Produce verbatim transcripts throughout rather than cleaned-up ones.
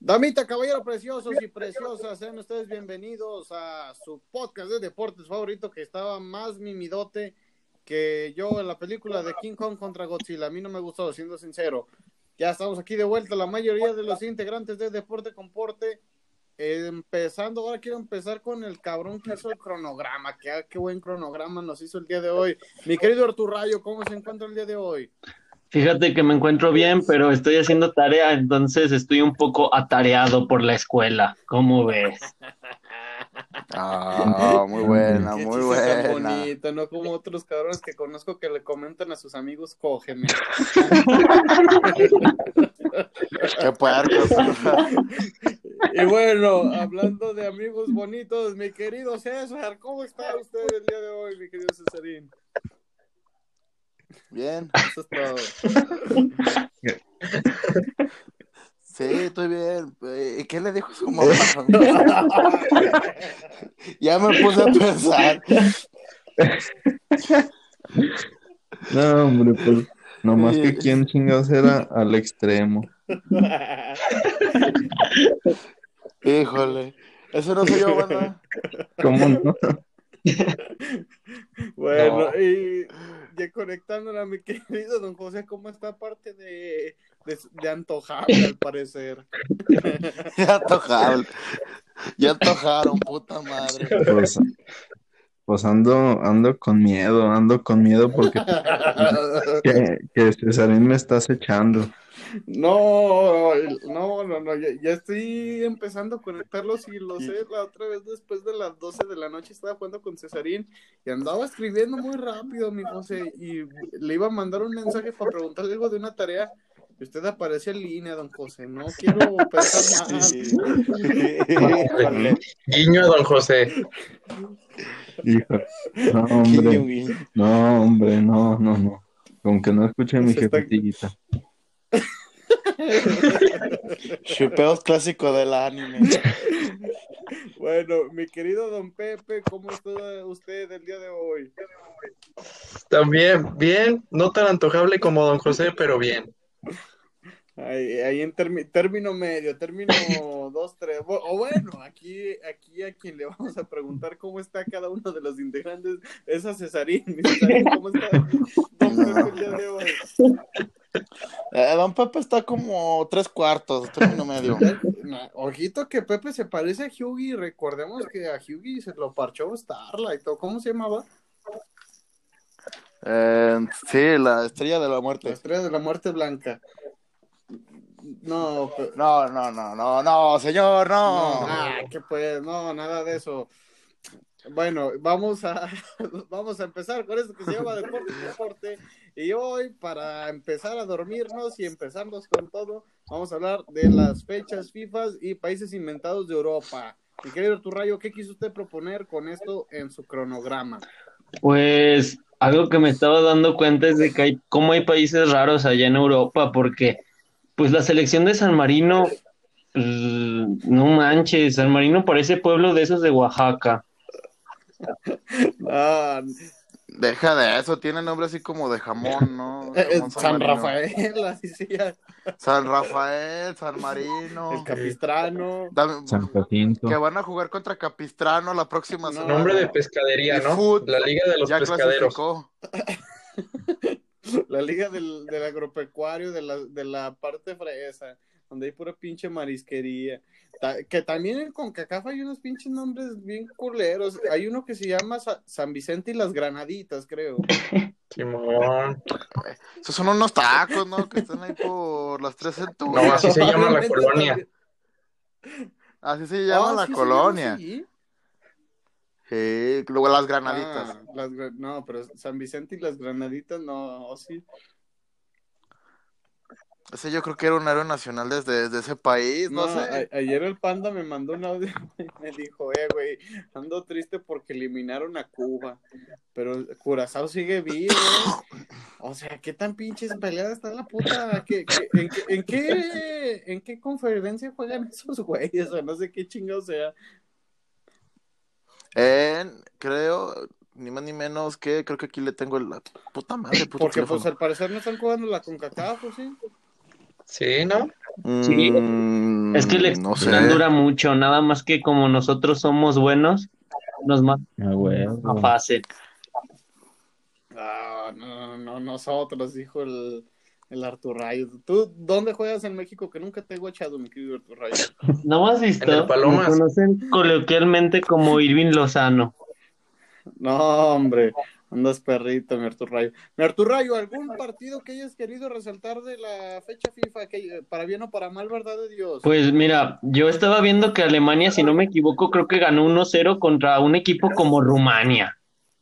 Damita, caballero preciosos y preciosas, sean ustedes bienvenidos a su podcast de deportes favorito que estaba más mimidote que yo en la película de King Kong contra Godzilla. A mí no me gustó, siendo sincero. Ya estamos aquí de vuelta, la mayoría de los integrantes de Deporte con Porte. Eh, empezando, ahora quiero empezar con el cabrón que hizo el cronograma. Que, ah, qué buen cronograma nos hizo el día de hoy. Mi querido Arturrayo, ¿cómo se encuentra el día de hoy? Fíjate que me encuentro bien, pero estoy haciendo tarea, entonces estoy un poco atareado por la escuela. ¿Cómo ves? Ah, muy buena, Qué muy chiste tan buena. bonito, no como otros cabrones que conozco que le comentan a sus amigos, cógeme. Qué puercos. Y bueno, hablando de amigos bonitos, mi querido César, ¿cómo está usted el día de hoy, mi querido Cesarín? Bien. Eso es todo. Sí, estoy bien. ¿Y qué le dijo su mamá? Ya me puse a pensar. No, hombre, pues nomás que quién chingados era al extremo. Híjole, eso no soy yo, banda. ¿Cómo no? Bueno, No. y ya conectándola a mi querido don José, ¿cómo está aparte de, de, de antojable al parecer? Ya antojaron. Ya antojaron, puta madre. Pues, pues ando, ando con miedo, ando con miedo porque que, que Cesarín me está acechando. No, no, no, no, ya, ya estoy empezando a conectarlos y lo sé, la otra vez después de las doce de la noche estaba jugando con Cesarín y andaba escribiendo muy rápido, mi José, y le iba a mandar un mensaje para preguntarle algo de una tarea y usted aparece en línea, don José, no quiero pensar mal. Sí. Híjole. Guiño a don José. Hijo, no, Guiño, hombre, guiño. no, hombre, no, no, no. Con que no escuche mi Se está... jefecita. Shipeos clásico del anime. Bueno, mi querido don Pepe, ¿cómo está usted el día de hoy? También, bien, no tan antojable como don José, pero bien. Ahí, ahí en termi- término medio, término dos, tres. O bueno, aquí, aquí a quien le vamos a preguntar cómo está cada uno de los integrantes es a Cesarín. Mi Cesarín, ¿cómo está don Pepe el día de hoy? Eh, don Pepe está como tres cuartos, término medio. No, ojito que Pepe se parece a Hughie. Recordemos que a Hughie se lo parchó Starlight. ¿O cómo se llamaba? Eh, sí, la estrella de la La muerte. estrella de la muerte blanca. No, pe- No, no, no, no, no, señor, no, no. ah, que pues, no, nada de eso. Bueno, vamos a, vamos a empezar con esto que se llama Deporte y Deporte. Y hoy, para empezar a dormirnos y empezarnos con todo, vamos a hablar de las fechas FIFA y países inventados de Europa. Mi querido Turrayo, ¿qué quiso usted proponer con esto en su cronograma? Pues algo que me estaba dando cuenta es de que hay, cómo hay países raros allá en Europa, porque pues la selección de San Marino, mm, no manches, San Marino parece pueblo de esos de Oaxaca. Ah, Deja de eso, tiene nombre así como de jamón, ¿no? eh, Jamón San San Marino. Rafael, así se llama. San Rafael, San El Marino. Capistrano. Dame- San que Jacinto. van a jugar contra Capistrano la próxima No. Nombre de semana. pescadería, Y ¿no? Food La Liga de los ya Pescaderos. clasificó. La liga del, del agropecuario de la, de la parte fresa, donde hay pura pinche marisquería. Ta- que también en CONCACAF hay unos pinches nombres bien culeros. Hay uno que se llama Sa- San Vicente y las Granaditas, creo. Simón. Esos son unos tacos, ¿no? Que están ahí por las tres No, centurias. así se llama la Probablemente colonia. también. Así se llama Ah, la ¿sí se llama colonia. así? Sí, luego las granaditas. Ah, las, gra- no, pero San Vicente y las Granaditas, no, oh, sí. Ese yo creo que era un héroe nacional desde, desde ese país, no, No, a- sé. ayer el Panda me mandó un audio y me dijo, eh, güey, ando triste porque eliminaron a Cuba, pero Curazao sigue vivo. O sea, ¿qué tan pinches peleada está la puta? ¿Qué, qué, en, qué, en, qué, ¿En qué conferencia juegan esos güeyes? O no sé qué chingado sea. En, creo, ni más ni menos que, creo que aquí le tengo el, la puta madre, puto Porque pues teléfono. al parecer no están jugando la CONCACAF, ¿o sí? Sí, ¿no? Sí, Mm, es que la no sé. expulsión dura mucho, nada más que como nosotros somos buenos, nos mandan Ah, a huevo. fase. Ah, no, no, nosotros, dijo el, el Arturrayo. ¿Tú dónde juegas en México? Que nunca te he guachado, mi querido Arturrayo. ¿No has En el visto? Me Palomas. conocen coloquialmente como Irving Lozano. No, hombre, andas perrito, mi Arturrayo. Mi Arturrayo, ¿algún partido que hayas querido resaltar de la fecha FIFA, que, para bien o para mal, verdad de Dios? Pues mira, yo estaba viendo que Alemania, si no me equivoco, creo que ganó uno cero contra un equipo como Rumania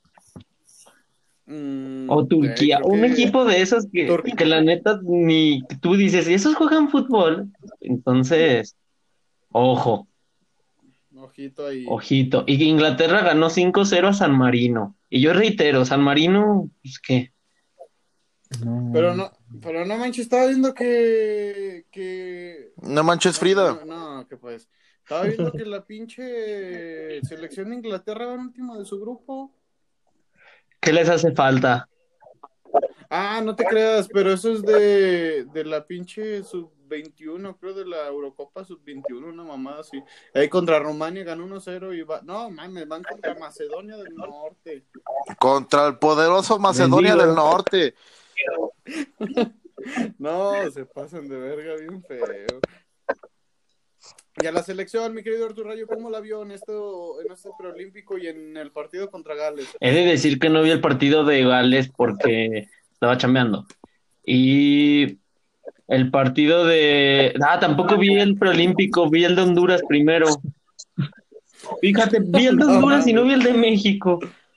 Mm, o eh, Turquía, creo un que equipo de esos que, Tur- que la neta ni tú dices, ¿y esos juegan fútbol? Entonces, ojo, ojito ahí. ojito. Y Inglaterra ganó cinco cero a San Marino. Y yo reitero, San Marino, pues qué. Pero No. no, pero no manches, estaba viendo que, que, No manches, no, Frida. no, no, que pues, estaba viendo que la pinche selección de Inglaterra va en último de su grupo. ¿Qué les hace falta? Ah, no te creas, pero eso es de, de la pinche sub veintiuno, creo, de la Eurocopa sub veintiuno, una mamada así. Ahí contra Rumania ganó uno cero y va, no mames, van contra Macedonia del Norte. Contra el poderoso Les Macedonia del digo, Norte. No, se pasan de verga bien feo. Y a la selección, mi querido Arturo Rayo, ¿cómo la vio en esto, en este preolímpico y en el partido contra Gales? he de decir que no vi el partido de Gales porque estaba chambeando. Y el partido de... Ah, tampoco vi el preolímpico, vi el de Honduras primero. Fíjate, vi el de No Honduras y no mames, vi el de México.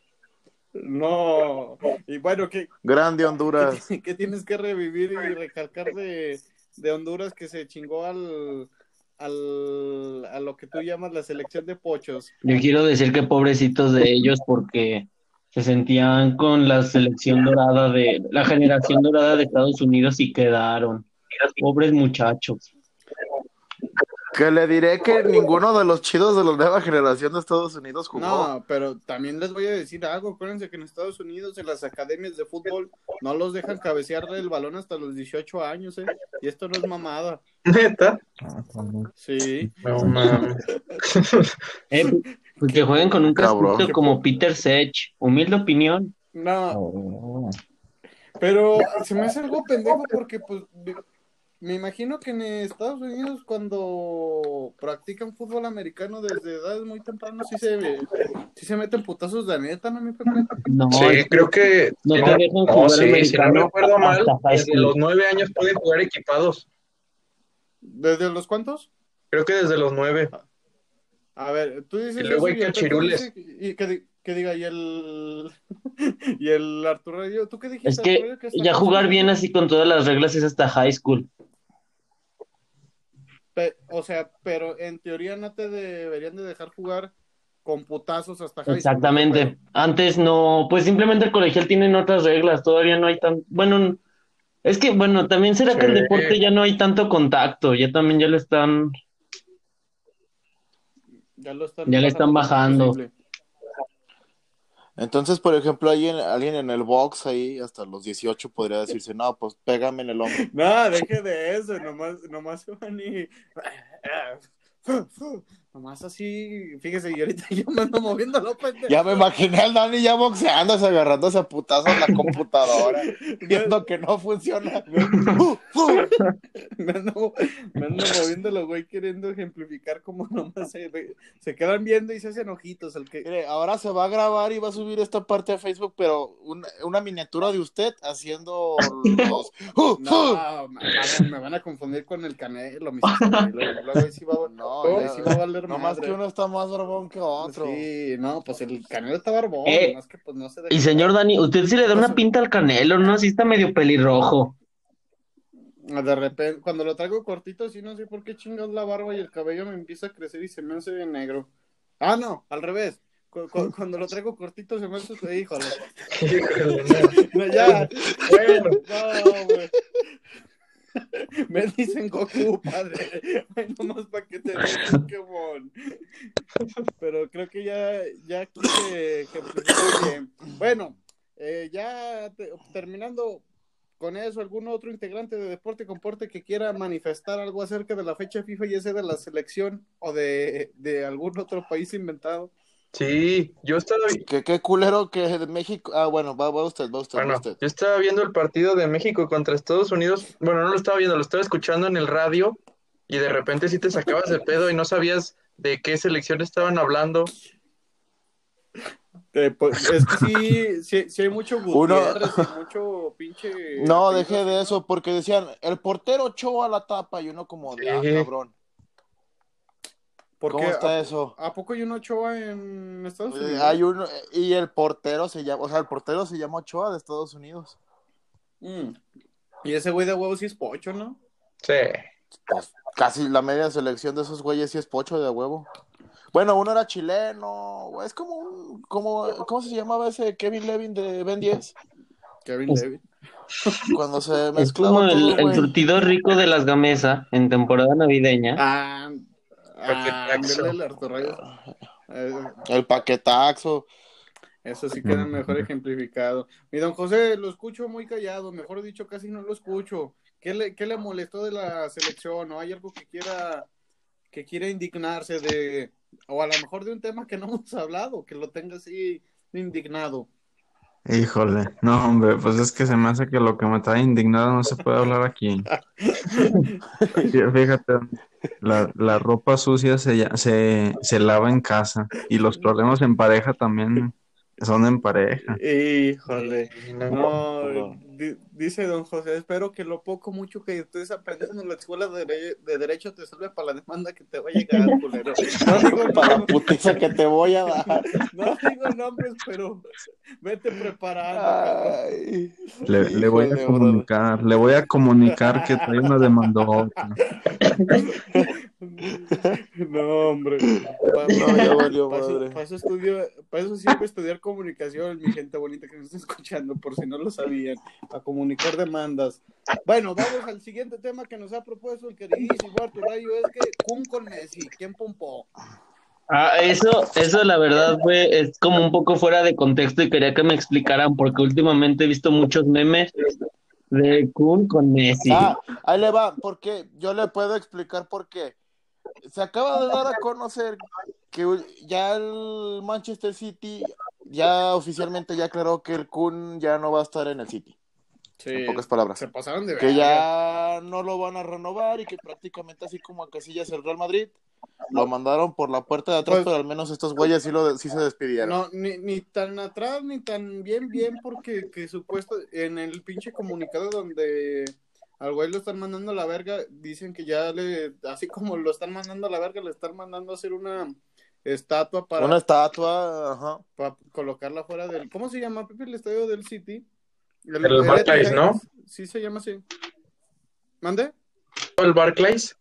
no. Y bueno, ¿qué, Grande qué, Honduras. ti- qué tienes que revivir y recalcar de, de Honduras que se chingó al, al, a lo que tú llamas la selección de pochos? Yo quiero decir que pobrecitos de ellos porque se sentían con la selección dorada de... La generación dorada de Estados Unidos y quedaron. Pobres muchachos. Que le diré que ninguno de los chidos de la nueva generación de Estados Unidos jugó. No, pero también les voy a decir algo. Acuérdense que en Estados Unidos, en las academias de fútbol, no los dejan cabecear el balón hasta los dieciocho años, ¿eh? Y esto no es mamada. Neta. Ah, cabrón. Sí. No mames. Eh, pues que jueguen con un Cabrón. casquito como Peter Sech. Humilde opinión. No, Oh. pero se me hace algo pendejo porque, pues, me imagino que en Estados Unidos cuando practican fútbol americano desde edades muy tempranas sí se, sí se meten putazos de neta, ¿no, mi Pepe? No, Sí, es que creo que. no si te no, dejan no, jugar sí, si no americano recuerdo mal, hasta high desde school. los nueve años pueden jugar equipados. ¿Desde los cuántos? Creo que desde los nueve. A ver, tú Y dices luego eso hay y el Pepe cachirules. dice y que, di- que diga y el y el Arturo Rayo, ¿tú qué dijiste, Es Arturo que Rayo, que hasta ya high jugar school? bien así con todas las reglas es hasta high school. Pe- o sea, pero en teoría no te deberían de dejar jugar con putazos hasta high school, ¿o qué pedo? Exactamente. Antes no, pues simplemente el colegial tiene otras reglas. Todavía no hay tan, bueno, es que bueno, también será que el deporte Sí. ya no hay tanto contacto. Ya también ya lo están, Ya lo están ya le están bajando lo más bajando. posible. Entonces, por ejemplo, hay en- alguien en el box ahí hasta los dieciocho podría decirse, no, pues pégame en el hombro. No, deje de eso, nomás, nomás se van y... Nomás así, fíjese, y ahorita yo me ando moviendo lo pendejo. Ya me imaginé al Dani ya boxeándose, agarrándose a putazos en la computadora, viendo que no funciona. ¡Uh, uh! Me ando, me ando moviéndolo, güey, queriendo ejemplificar cómo nomás se, se quedan viendo y se hacen ojitos. El que... Mire, ahora se va a grabar y va a subir esta parte a Facebook, pero una, una miniatura de usted haciendo los... ¡Uh, No, uh! me, van- me van a confundir con el Canelo, mis güey. Luego, luego ahí sí va, a- No, ahí ya- sí va a valer no más madre. que uno está más barbón que otro. Sí, no, pues el Canelo está barbón, Eh, nomás que pues no se deja Y señor jugar. Dani, usted sí le da una Entonces, pinta al Canelo, ¿no? Sí está medio pelirrojo. de repente, cuando lo traigo cortito, sí, no sé por qué chingas la barba y el cabello me empieza a crecer y se me hace de negro. Ah, no, al revés. Cu- cu- cuando lo traigo cortito se me hace, híjole. No, ya. Bueno, No, güey. Me dicen Goku, padre. Ay, nomás para que te des Pokémon. Pero creo que ya, ya quise ejemplificar bien. Bueno, eh, ya te- terminando, con eso, algún otro integrante de Deporte y Comporte que quiera manifestar algo acerca de la fecha FIFA, ya sea de la selección o de, de algún otro país inventado. Sí, yo estaba, ¿Qué, qué culero que de México. Ah, bueno, va, va usted, va usted, va bueno, usted. yo estaba viendo el partido de México contra Estados Unidos. Bueno, no lo estaba viendo, lo estaba escuchando en el radio y de repente sí te sacabas de pedo y no sabías de qué selección estaban hablando. Eh, pues, es que sí, sí, sí hay mucho Uno. Gutiérrez y mucho pinche. No, apellido dejé así, de ¿no? eso porque decían el portero Ochoa a la tapa y uno como de, ah, Sí. cabrón. Porque ¿Cómo está ¿a, eso? ¿a poco hay un Ochoa en Estados Eh, Unidos? hay uno, y el portero se llama, o sea, el portero se llama Ochoa de Estados Unidos. Mm. Y ese güey de huevos sí es pocho, ¿no? Sí. Pues casi la media selección de esos güeyes sí es pocho de huevo. Bueno, uno era chileno, es como un, como, ¿cómo se llamaba ese Kevin Levin de Ben diez? Kevin Es, Levy. Cuando se es como mezclaba el, todo, el güey. surtido rico de las Gamesa en temporada navideña. Ah, ah, Paquetaxo. ándale, el Arturo Reyes. Eh, El paquetaxo. Eso sí queda mejor ejemplificado. Mi don José, lo escucho muy callado, mejor dicho, casi no lo escucho. ¿Qué le, qué le molestó de la selección? ¿O hay algo que quiera, que quiera indignarse de, o a lo mejor de un tema que no hemos hablado, que lo tenga así indignado? Híjole, no, hombre, pues es que se me hace que lo que me está indignado no se puede hablar aquí. Fí- Fíjate, la, la ropa sucia se, ya- se, se lava en casa y los problemas en pareja también son en pareja. Híjole, Sí, no. no, No. di- dice don José, espero que lo poco mucho que estés aprendiendo en la escuela de, dere- de Derecho te sirve para la demanda que te va a llegar, culero. No digo Para la nombres, putiza que te voy a dar. no digo nombres, pero vete preparando, cabrón. Ay, Le, le voy a híjole, brother. comunicar, le voy a comunicar que trae una demandota. No, hombre. Para No, ya valió eso, madre. pa eso estudio, para eso sirve estudiar comunicación, mi gente bonita que nos está escuchando, por si no lo sabían, a comunicar demandas. Bueno, vamos al siguiente tema que nos ha propuesto el queridísimo Arturo Rayo, es que Kun con Messi, ¿quién pompó? Ah, eso, eso la verdad fue, es como un poco fuera de contexto y quería que me explicaran porque últimamente he visto muchos memes de Kun con Messi. Ah, ahí le va, porque yo le puedo explicar por qué. Se acaba de dar a conocer que ya el Manchester City ya oficialmente ya aclaró que el Kun ya no va a estar en el City. Sí, En pocas palabras. se pasaron de Que verga. ya no lo van a renovar y que prácticamente así como a Casillas el Real Madrid lo mandaron por la puerta de atrás, Pues- pero al menos estos güeyes sí, lo, sí se despidieron. No, ni, ni tan atrás, ni tan bien, bien, porque que supuesto en el pinche comunicado donde al güey lo están mandando a la verga, dicen que ya le, así como lo están mandando a la verga, le están mandando a hacer una estatua para, Una estatua, ajá. para colocarla fuera del, ¿cómo se llama, Pepe, el estadio del City? El Barclays, Etihad, ¿no? Sí se llama así. ¿Mande? ¿El Barclays?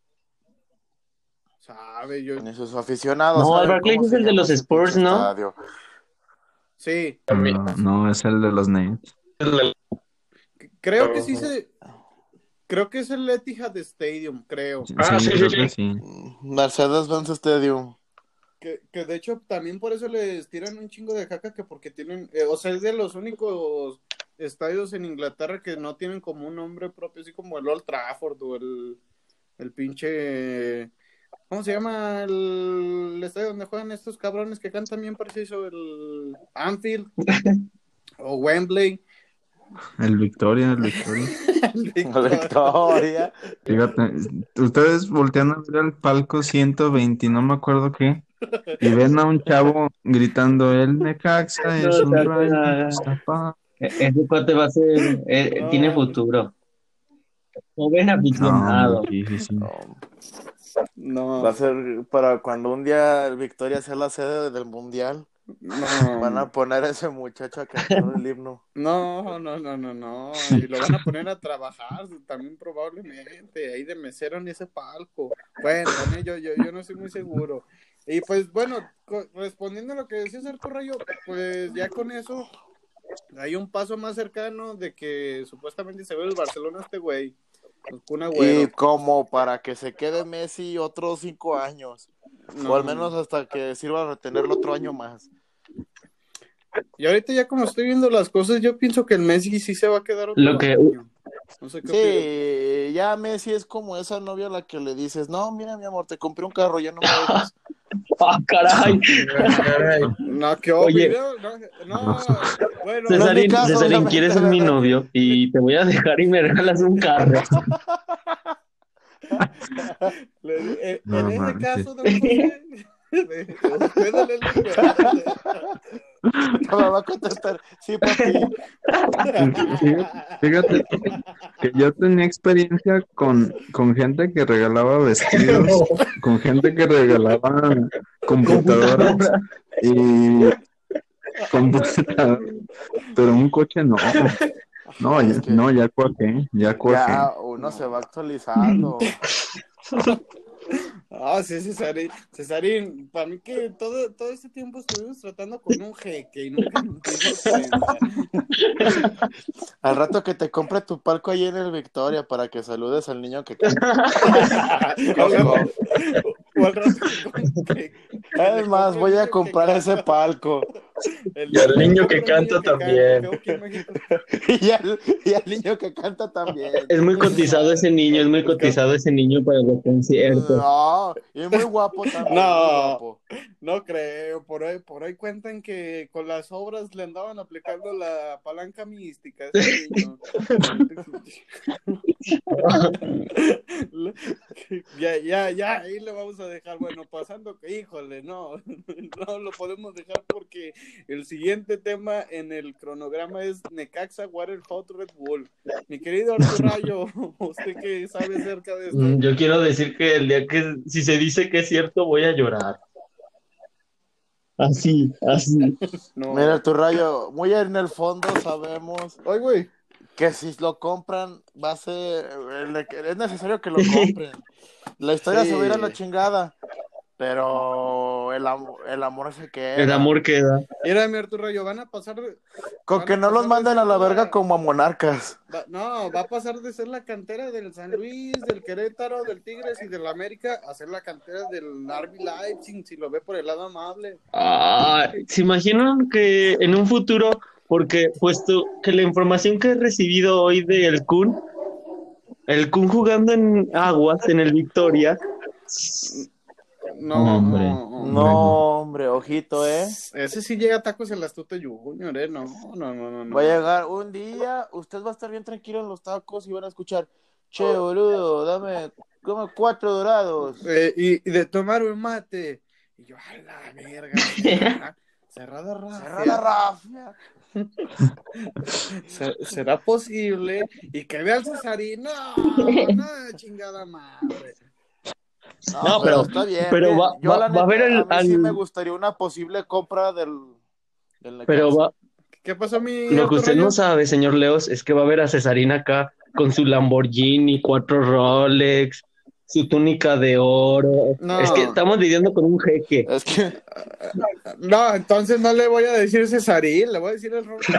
Sabe, yo, Ni sus aficionados. No, el saben Barclays cómo es se el de llama los ese Spurs, pinche ¿no? estadio. sí, No, no, es el de los Nets. El- creo que sí se, creo que es el Etihad Stadium, creo. Ah, sí, creo sí, que sí. sí. Mercedes-Benz Stadium. Que, que de hecho también por eso les tiran un chingo de caca, que porque tienen, eh, o sea, es de los únicos estadios en Inglaterra que no tienen como un nombre propio, así como el Old Trafford o el, el pinche, ¿cómo se llama el, el estadio donde juegan estos cabrones que cantan bien preciso? El Anfield o Wembley. El Victoria, el Victoria. El La Victoria. Victoria. Fíjate, ustedes voltean a ver el palco ciento veinte, no me acuerdo qué, y ven a un chavo gritando, el Necaxa es un rayo, zapa". E- Ese cuate va a ser, eh, No, tiene futuro. Joven No, aficionado. hombre, sí, sí, sí. No, Va a ser para cuando un día el Victoria sea la sede del mundial. Van no, a poner a ese muchacho a cantar el himno. no, no, no, no, no, y lo van a poner a trabajar también probablemente, ahí de mesero en ese palco. Bueno, también yo, yo, yo no estoy muy seguro. Y pues bueno, co- respondiendo a lo que decía Sergio Rayo, pues ya con eso hay un paso más cercano de que supuestamente se ve el Barcelona este güey, pues, Kun Y Agüero. como para que se quede Messi otros cinco años. No, O al menos hasta que sirva a retenerlo otro año más. Y ahorita ya como estoy viendo las cosas, yo pienso que el Messi sí se va a quedar otro Lo que- año. No sé qué opinas. Sí, ya Messi es como esa novia a la que le dices, no, mira mi amor, te compré un carro, ya no me dejes. ¡Ah, caray! Caray. No, qué Oye. obvio, no, no, bueno, No es mi Cesarín, caso, Cesarín, obviamente, ¿quieres ser mi ¿verdad? novio? Y te voy a dejar y me regalas un carro. le di- en, No en ese manches. caso, don José, hospédale la libertad. Me va a contestar, sí, papi. Fíjate, fíjate que yo tenía experiencia con, con gente que regalaba vestidos, con gente que regalaba computadoras Computadora. y computadoras, pero un coche no. No, Es ya, que no, ya cuajé, ya cuajé. ya uno se va actualizando. Ah, sí, Cesarín, Cesarín, para mí que todo, todo este tiempo estuvimos tratando con un jeque y nunca nos dimos cuenta. Al rato que te compre tu palco ahí en el Victoria para que saludes al niño que O al rato- o al rato que- que- que le Es más, compre voy el a niño comprar que ese canta. palco. El Y al le niño compra que al canta también. creo que en México. Y al, y al niño que canta también. Es muy cotizado ese niño, es muy cotizado ese niño para los conciertos. No, y muy guapo también, No. muy guapo. No creo, por ahí, por ahí cuentan que con las obras le andaban aplicando la palanca mística a ese niño. Ya, ya, ya, ahí le vamos a dejar. Bueno, pasando que, híjole, no, no lo podemos dejar porque el siguiente tema en el cronograma es Necaxa Waterford Red Bull. Mi querido Arturo Rayo, ¿usted qué sabe acerca de esto? Mm, Yo quiero decir que el día que, si se dice que es cierto, voy a llorar. Así, así. No. Mira, tu rayo, muy en el fondo sabemos Ay, güey. que si lo compran va a ser, es necesario que lo compren. La historia Sí. se va a ir a la chingada, pero el, am- el amor se queda. El amor queda. Mira, mi Arturo Rayo, van a pasar de... Con van que a no los pasar de manden a ser la verga como a monarcas. va- no, va a pasar de ser la cantera del San Luis, del Querétaro, del Tigres y del América a ser la cantera del R B Leipzig, si lo ve por el lado amable. Ah, ¿se imaginan que en un futuro, porque puesto que la información que he recibido hoy del Kun, el Kun jugando en Aguas, en el Victoria, No, Hombre. no, No, hombre, ojito, ¿eh? ese sí llega a tacos el astuto Junior, ¿eh? No, no, no, no. no. Va a llegar un día, usted va a estar bien tranquilo en los tacos y van a escuchar, che, boludo, dame, come cuatro dorados. Eh, y, y de tomar un mate. Y yo, a la verga. Cerrada, cerrada rafia. Cerrada rafia. Se- ¿Será posible? Y que vea al Cesarín. No, no, chingada madre. No, No, pero, pero- está bien. pero miren, va- yo va- la va a neta, haber el- a mí sí al- me gustaría una posible compra del, del pero Necaxa. va- ¿Qué pasó, mi lo que Arturo usted Rayo? no sabe, señor Leos, es que va a ver a Cesarina acá con su Lamborghini, cuatro Rolex, su túnica de oro. No. Es que estamos lidiando con un jeque. Es que No, entonces no le voy a decir Cesarín, le voy a decir el Roberto.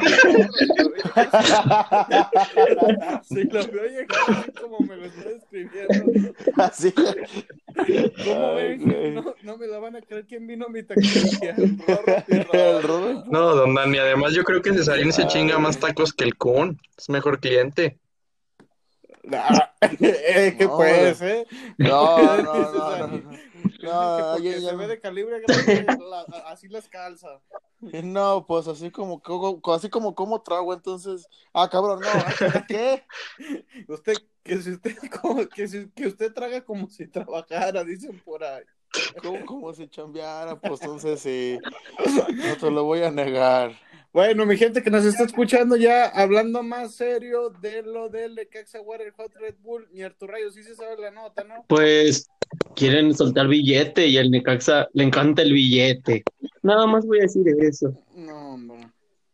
Si lo veo llegar así como me lo está describiendo, así. ¿cómo ven? Ay, No, no me la van a creer quién vino a mi taquería. El Rorro El Pirro. Robert. No, don Dani, además yo creo que Cesarín se chinga más tacos que el Kun. Es mejor cliente. Ah, eh, ¿Qué No, pues, eh? No, ¿Qué no, dices, no, Dani? no, Que no, porque ya- ya se no. ve de calibre grande, la- así las calza. No, pues así como, como- así como como trago, entonces. Ah, cabrón, no. ¿Qué? Usted, que si usted, como, que, si- que usted traga como si trabajara, dicen por ahí. Como, como si chambeara, pues entonces sí. No te lo voy a negar. Bueno, mi gente que nos está escuchando ya, hablando más serio de lo del Necaxa Waterford Red Bull, mi Arturo Rayo, sí se sabe la nota, ¿no? Pues quieren soltar billete y al Necaxa le encanta el billete. Nada más voy a decir eso. No, hombre.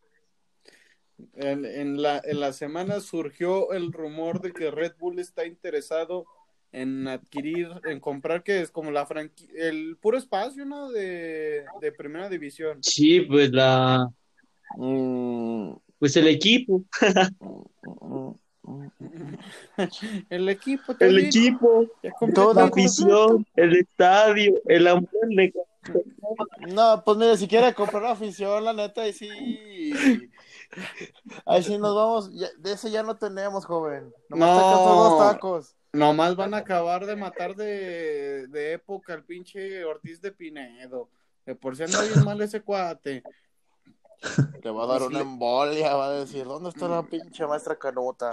En, en la, en la semana surgió el rumor de que Red Bull está interesado en adquirir, en comprar, que es como la franquicia, el puro espacio, ¿no? De, de primera división. Sí, pues la, Mm, pues el equipo, mm, mm. El equipo, el todito, equipo, ya Todo la completito. afición, el estadio, el amor al Necaxa. No, pues mire, si quiere comprar afición, la neta, ahí sí. Ahí sí nos vamos. Ya- de ese ya no tenemos, joven. Nomás te alcanzó dos No, tacos. nomás van a acabar de matar de, de época al pinche Ortiz de Pinedo. De por si anda bien mal ese cuate. Le va a Y dar si una le- embolia, va a decir, ¿dónde está la pinche maestra Canuta?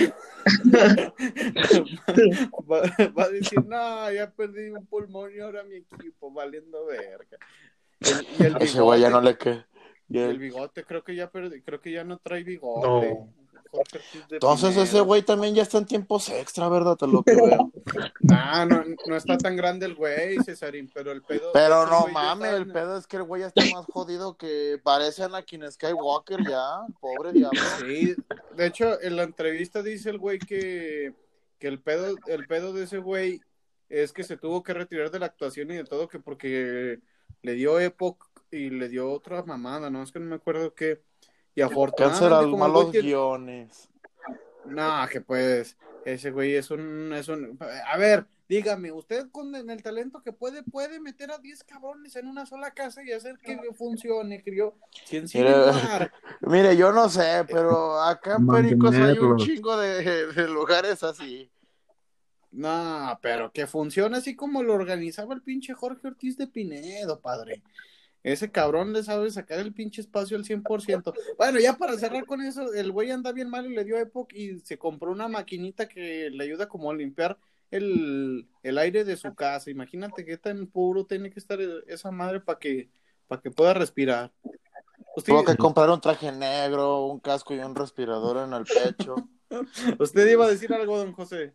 va, va a decir, no, ya perdí un pulmón y ahora mi equipo, valiendo verga. Y el, y el A ese güey ya no bigote, le que. Y y el el- bigote, creo que ya perdí, creo que ya no trae bigote. No. Jorge Ortiz de Entonces ese Pinedo. güey también ya está en tiempos extra, ¿verdad? Te lo que veo. Nah, no, no está tan grande el güey, Cesarín, pero el pedo, de Pero hecho, el no güey ya mames, está el en- pedo es que el güey ya está más jodido que parece Anakin Skywalker ya, pobre diablo. Sí, de hecho, en la entrevista dice el güey que, que el pedo, el pedo de ese güey es que se tuvo que retirar de la actuación y de todo, que porque le dio época y le dio otra mamada, ¿no? Es que no me acuerdo qué. Y Cáncer afortunadamente, al como el güey malos tiene. guiones. No, que pues, ese güey es un, es un. A ver, dígame, usted con el talento que puede, puede meter a diez cabrones en una sola casa y hacer que funcione, crió. Si en Civil Mire, War. mire, yo no sé, pero acá en Pericos hay un Mantenerlos. chingo de, de lugares así. No, pero que funcione así como lo organizaba el pinche Jorge Ortiz de Pinedo, padre. Ese cabrón le sabe sacar el pinche espacio al cien por ciento. Bueno, ya para cerrar con eso, el güey anda bien mal y le dio Epoch y se compró una maquinita que le ayuda como a limpiar el, el aire de su casa. Imagínate qué tan puro tiene que estar esa madre para que, para que pueda respirar. Tuvo Usted, que comprar un traje negro, un casco y un respirador en el pecho. usted iba a decir algo, don José.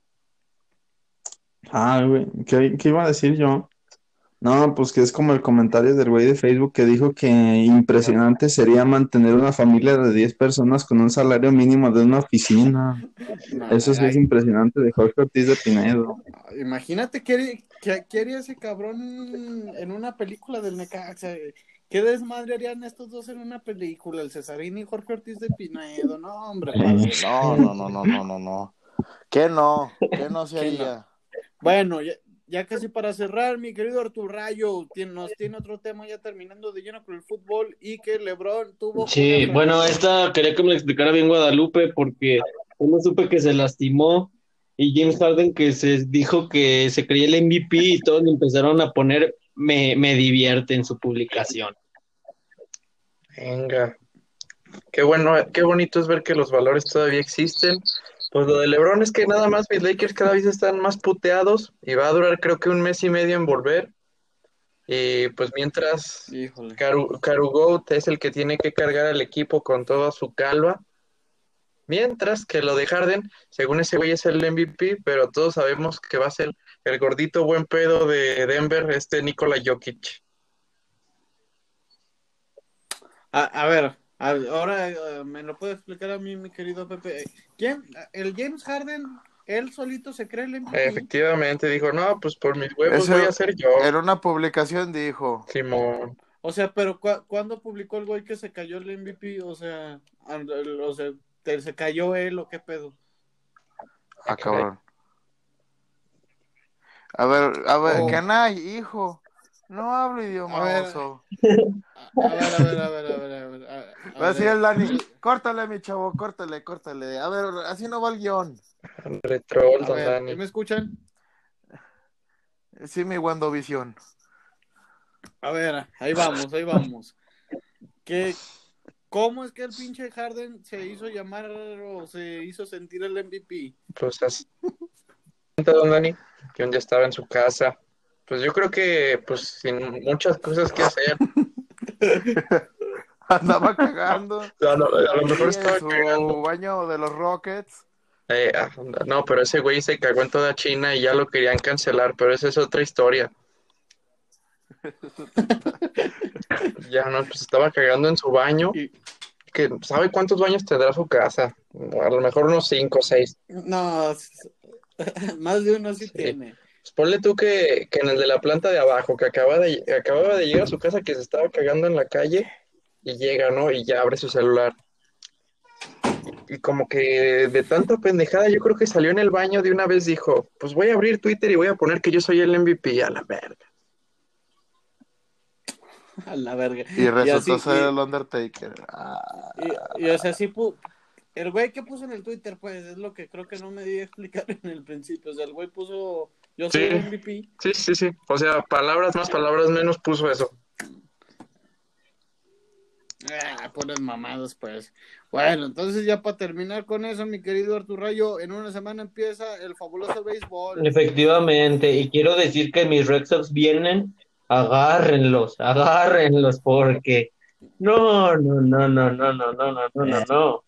Ah, güey, ¿qué, qué iba a decir yo? No, pues que es como el comentario del güey de Facebook que dijo que impresionante sería mantener una familia de diez personas con un salario mínimo de una oficina. No, Eso sí es ay, impresionante de Jorge Ortiz de Pinedo. imagínate qué, qué, qué haría ese cabrón en una película del Necaxa. ¿Qué desmadre harían estos dos en una película? El Cesarín y Jorge Ortiz de Pinedo. No, hombre, padre. No, no, no, no, no, no, no. ¿Qué no? ¿Qué no se ¿Qué no? haría? Bueno, ya, ya casi para cerrar, mi querido Artur Rayo, tiene, nos tiene otro tema ya terminando de lleno con el fútbol y que LeBron tuvo Sí, una bueno, fractura. esta quería que me lo explicara bien Guadalupe porque yo no supe que se lastimó y James Harden que se dijo que se creía el M V P y todos le empezaron a poner me, me divierte en su publicación. Venga. Qué bueno, qué bonito es ver que los valores todavía existen. Pues lo de LeBron es que nada más mis Lakers cada vez están más puteados y va a durar creo que un mes y medio en volver. Y pues mientras Híjole. Caru, Caru Goat es el que tiene que cargar al equipo con toda su calva. Mientras que lo de Harden, según ese güey es el M V P, pero todos sabemos que va a ser el gordito buen pedo de Denver, este Nikola Jokic. A, a ver, a- ahora eh, me lo puede explicar a mí, mi querido Pepe. ¿Quién? El James Harden, él solito se cree el M V P. Efectivamente, dijo, no, pues por mis huevos Ese, voy a ser yo, en una publicación dijo, Simón. O sea, pero ¿cu ¿cuándo publicó el güey que se cayó el M V P? O sea, and- el- o sea, te- ¿se cayó él o qué pedo? ah, cabrón. A ver, a ver, Oh. Canay, hijo, no hablo A idioma ver. oso. A, a ver, a ver, a ver, a ver, a ver. a- a Va a decir ver, el Dani, córtale, mi chavo, córtale, córtale. A ver, así no va el guión. Retroll, A don ver, Dani. ¿sí ¿me escuchan? Sí, mi WandaVision. A ver, ahí vamos, ahí vamos. ¿Qué, ¿Cómo es que el pinche Harden se hizo llamar o se hizo sentir el M V P? Pues así, don Dani, que un día estaba en su casa. Pues yo creo que, pues, sin muchas cosas que hacer, Andaba cagando. a lo, a lo ahí mejor en estaba su cagando. baño de los Rockets. Eh, ah, no, pero ese güey se cagó en toda China y ya lo querían cancelar, pero esa es otra historia. Ya no, pues estaba cagando en su baño, Y- que ¿sabe cuántos baños tendrá su casa? A lo mejor unos cinco o seis. No, s- más de uno sí, Sí. tiene. Pues ponle tú que, que en el de la planta de abajo, que acaba de, acababa de llegar a su casa, que se estaba cagando en la calle, y llega, ¿no? Y ya abre su celular. Y, y como que de tanta pendejada, yo creo que salió en el baño de una vez, dijo, pues voy a abrir Twitter y voy a poner que yo soy el M V P, a la verga. A la verga. Y resultó así, ser y- el Undertaker. Ah, Y, y, o sea, sí, pu- el güey que puso en el Twitter, pues, es lo que creo que no me di a explicar en el principio. O sea, el güey puso, yo soy Sí, el M V P. sí, sí, sí. O sea, palabras más, palabras menos puso eso. Ah, puras mamadas, pues. Bueno, entonces ya para terminar con eso, mi querido Artur Rayo, en una semana empieza el fabuloso béisbol. Efectivamente, y quiero decir que mis Red Sox vienen, agárrenlos, agárrenlos, porque no, no, no, no, no, no, no, no, no, no, no.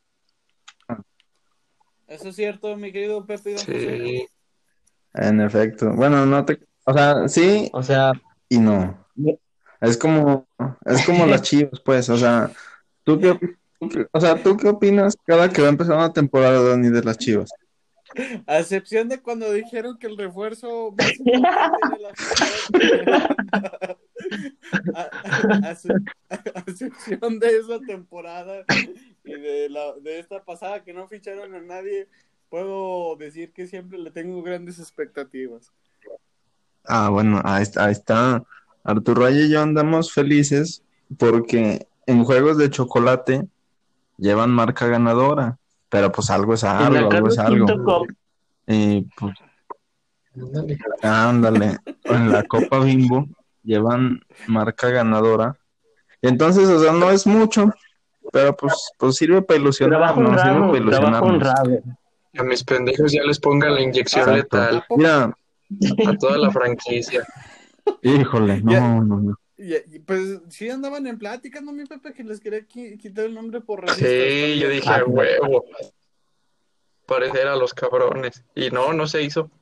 ¿Eso es cierto, mi querido Pepe y Don José? Sí. En efecto. Bueno, no te, o sea, sí O sea, y no. me- Es como, es como las Chivas, pues, o sea, ¿tú qué, opi- tú qué- o sea, ¿tú qué opinas cada que va a empezar una temporada, Dani, de las Chivas? A excepción de cuando dijeron que el refuerzo más importante era la afición. A, a- a su- a excepción de esa temporada y de, la, de esta pasada que no ficharon a nadie, puedo decir que siempre le tengo grandes expectativas. Ah, bueno, ahí está, ahí está. Arturo Raya y yo andamos felices porque en juegos de chocolate llevan marca ganadora, pero pues algo es en la algo, algo es Carlos algo. Quinto Cup, Y pues Ándale. ándale, en la Copa Bimbo llevan marca ganadora. Entonces, o sea, no es mucho, pero pues, pues sirve para ilusionar, trabajo ¿no? Sirve honrado, para trabajo ilusionarnos. honrado. A mis pendejos ya les pongan la inyección Exacto. letal ¿A poco? Mira, a toda la franquicia. híjole, Ya- no, no, no. Y, y, pues sí andaban en pláticas, ¿no, mi Pepe? Que les quería qui- quitar el nombre por racistas Sí, también. yo dije Ah, a huevo. Parecer a los cabrones. Y no, no se hizo.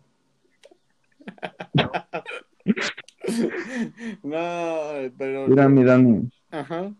No, pero... Mira, mi Dani, Ajá.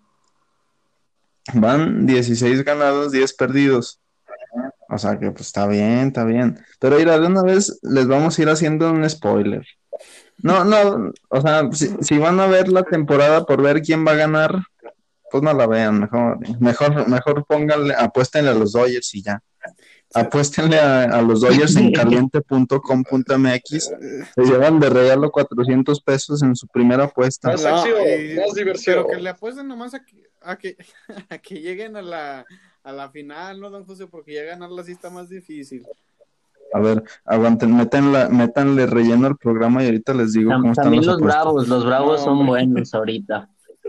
van dieciséis ganados, diez perdidos. O sea que pues está bien, está bien. Pero mira, de una vez les vamos a ir haciendo un spoiler. No, no, o sea, si, si van a ver la temporada por ver quién va a ganar, pues no la vean, mejor, mejor, mejor pónganle, apuéstenle a los Dodgers y ya. Apuéstenle a, a los Dodgers en caliente punto com punto m x. Se llevan de regalo cuatrocientos pesos en su primera apuesta. Más No, acción, y- más diversión. Pero que le apuesten nomás a que, a que, a que lleguen a la, a la final, ¿no, don José? Porque ya ganarla sí está más difícil. A ver, aguanten, métanla, métanle relleno al programa y ahorita les digo cómo Tam- están También las los apuestas. bravos, los bravos No, son hombre. buenos ahorita.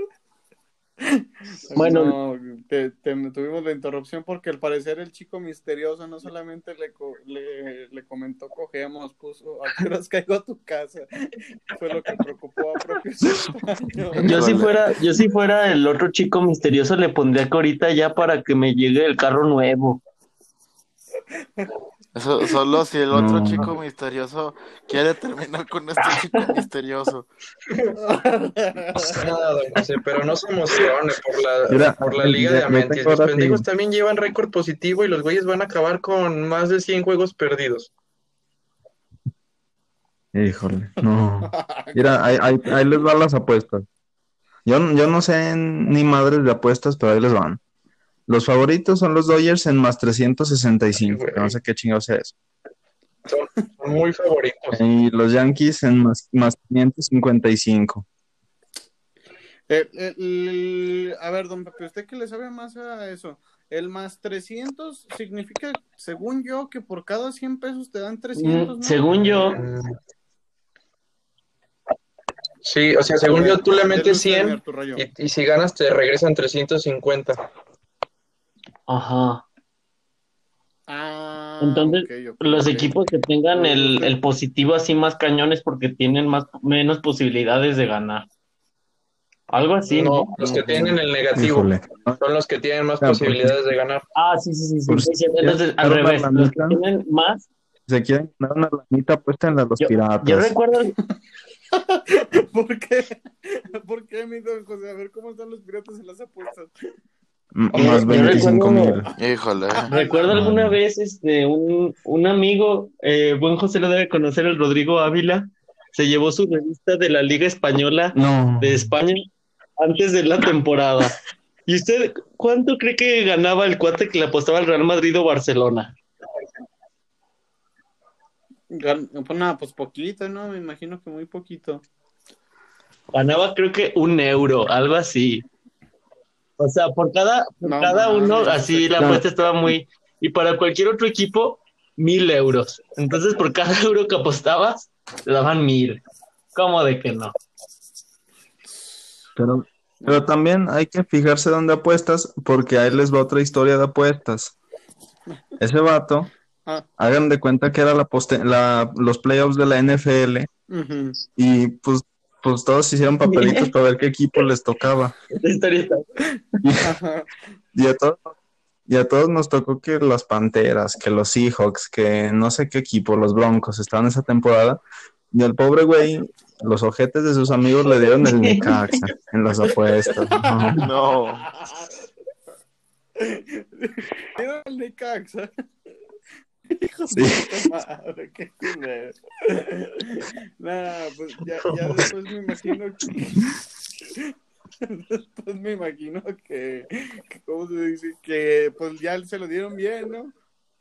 Bueno, No, te, te- tuvimos la interrupción porque al parecer el chico misterioso no solamente le, co- le, le comentó cogemos, puso a qué horas caigo a tu casa. Fue lo que preocupó a propios extraños. yo si Híjole. fuera, yo si fuera el otro chico misterioso le pondría que ahorita ya para que me llegue el carro nuevo. Eso, solo si el otro No. chico misterioso quiere terminar con este chico misterioso. No sé nada, don José, pero no se emocione por la, Mira, por la ya- Liga ya- de ya Amentis. tengo Los ahora pendejos sí. también llevan récord positivo y los güeyes van a acabar con más de cien juegos perdidos. Híjole, no. Mira, ahí, ahí, ahí les van las apuestas. Yo, yo no sé ni madres de apuestas, pero ahí les van. Los favoritos son los Dodgers en más trescientos sesenta y cinco, Ay, que no sé qué chingados sea eso. Son, son muy favoritos. Y los Yankees en más, más quinientos cincuenta y cinco. El- el- el- a ver, don Pepe, ¿usted qué le sabe más a eso? El más trescientos significa, según yo, que por cada cien pesos te dan trescientos, Mm, ¿no? Según yo, Mm. Sí, o sea, según yo, tú le Dele metes usted, mi cien Artur Rayo. y, y si ganas te regresan trescientos cincuenta. ajá. Ah, Entonces, ok, ok, los ok. equipos que tengan el, el positivo así más cañones porque tienen más menos posibilidades de ganar. Algo así, No, ¿no? los que tienen el negativo Híjole. son los que tienen más Ah, porque- posibilidades de ganar. Ah, sí, sí, sí, sí, Por sí, si sí. Entonces, quieren al ganar una revés, los que lanita. tienen más, Si se quieren ganar una lanita, apuéstenle a los yo, piratas. yo recuerdo, ¿Por qué? ¿Por qué, mi don José? A ver cómo están los piratas en las apuestas. M- Yo- más yo veinticinco mil. recuerdo- Híjole. recuerdo no, alguna no. vez este un, un amigo, eh, buen José lo debe conocer, el Rodrigo Ávila, se llevó su revista de la Liga Española No. de España antes de la temporada. ¿Y usted cuánto cree que ganaba el cuate que le apostaba al Real Madrid o Barcelona? Gan- Pues nada, pues poquito, ¿no? Me imagino que muy poquito. ganaba creo que un euro, algo así. O sea, por cada, por No cada mames, uno, eso así está la apuesta estaba muy... Y para cualquier otro equipo, mil euros. Entonces, por cada euro que apostabas, te daban mil. ¿Cómo de que no? Pero, pero también hay que fijarse dónde apuestas, porque ahí les va otra historia de apuestas. Ese vato, Ah, hagan de cuenta que era la poste- la, los playoffs de la N F L ujú. y pues, pues todos hicieron papelitos para ver qué equipo les tocaba. Esta historia está... Y, Ajá. y a todos, y a todos nos tocó que las Panteras, que los Seahawks, que no sé qué equipo, los Broncos, estaban esa temporada. Y al pobre güey, los ojetes de sus amigos le dieron el Necaxa en las apuestas. No. No. Era el Necaxa. Hijo Sí. de puta madre, qué culero. Nah, pues ya, ya después me imagino que. Después me imagino que, que. ¿Cómo se dice? Que pues ya se lo dieron bien, ¿no?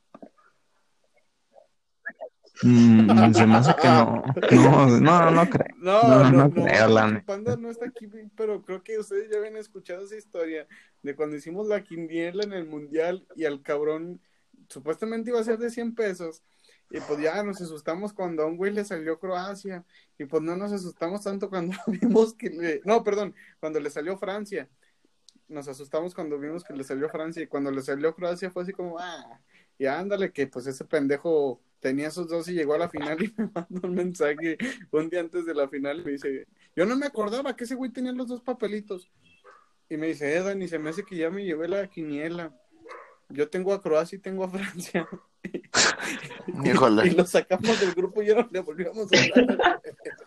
Mm, se me hace que no. No, no, no creo. No, No, no, no no, creo, la pinche neta. Panda no está aquí, pero creo que ustedes ya habían escuchado esa historia de cuando hicimos la quiniela en el mundial y al cabrón supuestamente iba a ser de cien pesos y pues ya nos asustamos cuando a un güey le salió Croacia y pues no nos asustamos tanto cuando vimos que le... No, perdón, cuando le salió Francia. Nos asustamos cuando vimos que le salió Francia y cuando le salió Croacia fue así como, ah, y ándale, que pues ese pendejo tenía esos dos y llegó a la final y me mandó un mensaje un día antes de la final y me dice, yo no me acordaba que ese güey tenía los dos papelitos. Y me dice, eh, Dani, se me hace que ya me llevé la quiniela. Yo tengo a Croacia y tengo a Francia. Híjole. Y lo sacamos del grupo y ya no le volvíamos a hablar.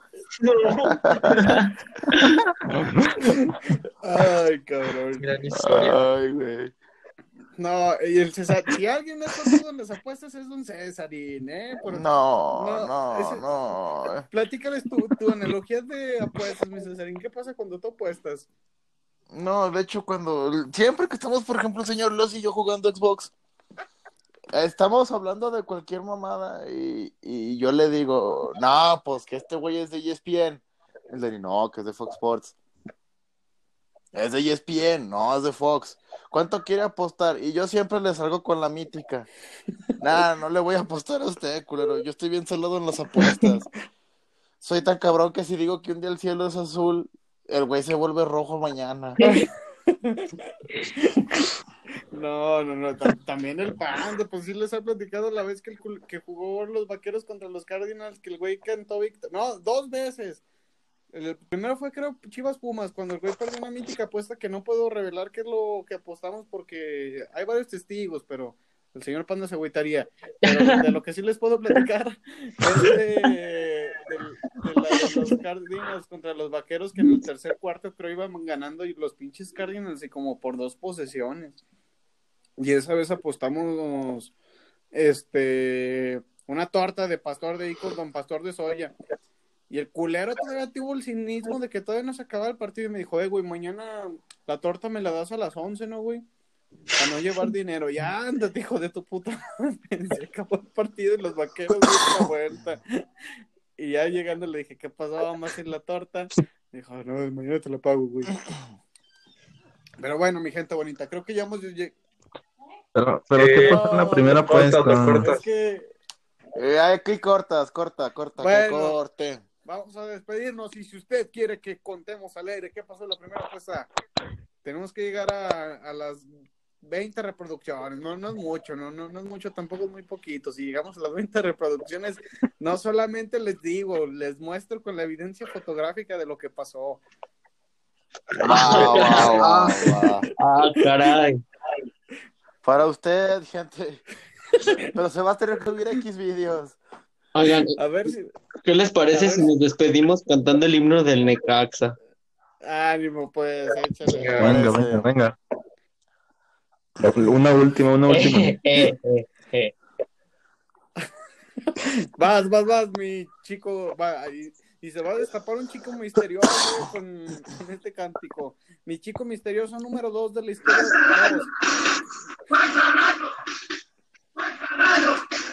Ay, cabrón. Gran historia. Ay, güey. No, y el César, si alguien es todo en las apuestas es don Cesarín, ¿eh? Por- No, no, no, ese- no. Platícales tu, tu analogía de apuestas, mi Cesarín. ¿Qué pasa cuando tú apuestas? No, de hecho, cuando siempre que estamos, por ejemplo, el señor Los y yo jugando Xbox, estamos hablando de cualquier mamada y, y yo le digo, no, pues que este güey es de E S P N. El de no, que es de Fox Sports. Es de E S P N, no, es de Fox. ¿Cuánto quiere apostar? Y yo siempre le salgo con la mítica. Nah, no le voy a apostar a usted, culero. Yo estoy bien salado en las apuestas. Soy tan cabrón que si digo que un día el cielo es azul, el güey se vuelve rojo mañana. No, no, no. tam- También el Panda, pues sí les ha platicado la vez que, el, cul- que jugó los Vaqueros contra los Cardinals, que el güey cantó victoria. No, dos veces. El primero fue, creo, Chivas Pumas, cuando el güey perdió una mítica apuesta que no puedo revelar qué es lo que apostamos porque hay varios testigos, pero el señor Panda se agüitaría. Pero de lo que sí les puedo platicar es de, de, de la de los Cardinals contra los Vaqueros, que en el tercer cuarto creo iban ganando y los pinches Cardinals y como por dos posesiones. Y esa vez apostamos este una torta de pastor de hijos, don pastor de soya. Y el culero todavía tuvo el cinismo de que todavía no se acababa el partido y me dijo, eh, güey, mañana la torta me la das a las once, ¿no, güey? Para no llevar dinero. Ya, ándate, hijo de tu puta madre. Se acabó el partido y los Vaqueros dieron la vuelta. Y ya llegando le dije, ¿qué pasaba más en la torta? Me dijo, no, mañana te la pago, güey. Pero bueno, mi gente bonita, creo que ya hemos... Pero, pero ¿qué Eh, pasó en la primera corta, apuesta? corta. Es que... Eh, aquí cortas, corta, corta, que Bueno. corte. Vamos a despedirnos y si usted quiere que contemos al aire qué pasó en la primera apuesta, tenemos que llegar a, a las veinte reproducciones. No, no es mucho, no, no, no es mucho, tampoco es muy poquito. Si llegamos a las veinte reproducciones, no solamente les digo, les muestro con la evidencia fotográfica de lo que pasó. Va, va, va, va. Ah, caray. Para usted, gente. Pero se va a tener que subir X videos. Oigan, A ver si... ¿qué les parece A ver. si nos despedimos cantando el himno del Necaxa? Ánimo, pues, échale. Venga, venga, venga. Una última, una última. Eh, eh, eh, eh. Vas, vas, vas, mi chico. Va, y, y se va a destapar un chico misterioso con, con este cántico. Mi chico misterioso número dos de la historia. Dos.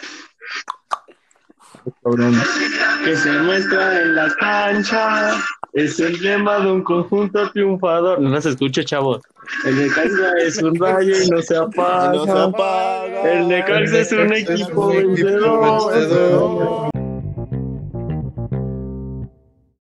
Cabrón. Que se muestra en la cancha. es el lema de un conjunto triunfador. No las escucho, chavos. El Necaxa es un rayo y no se apaga. Y no se apaga. El Necaxa es un equipo vencedor.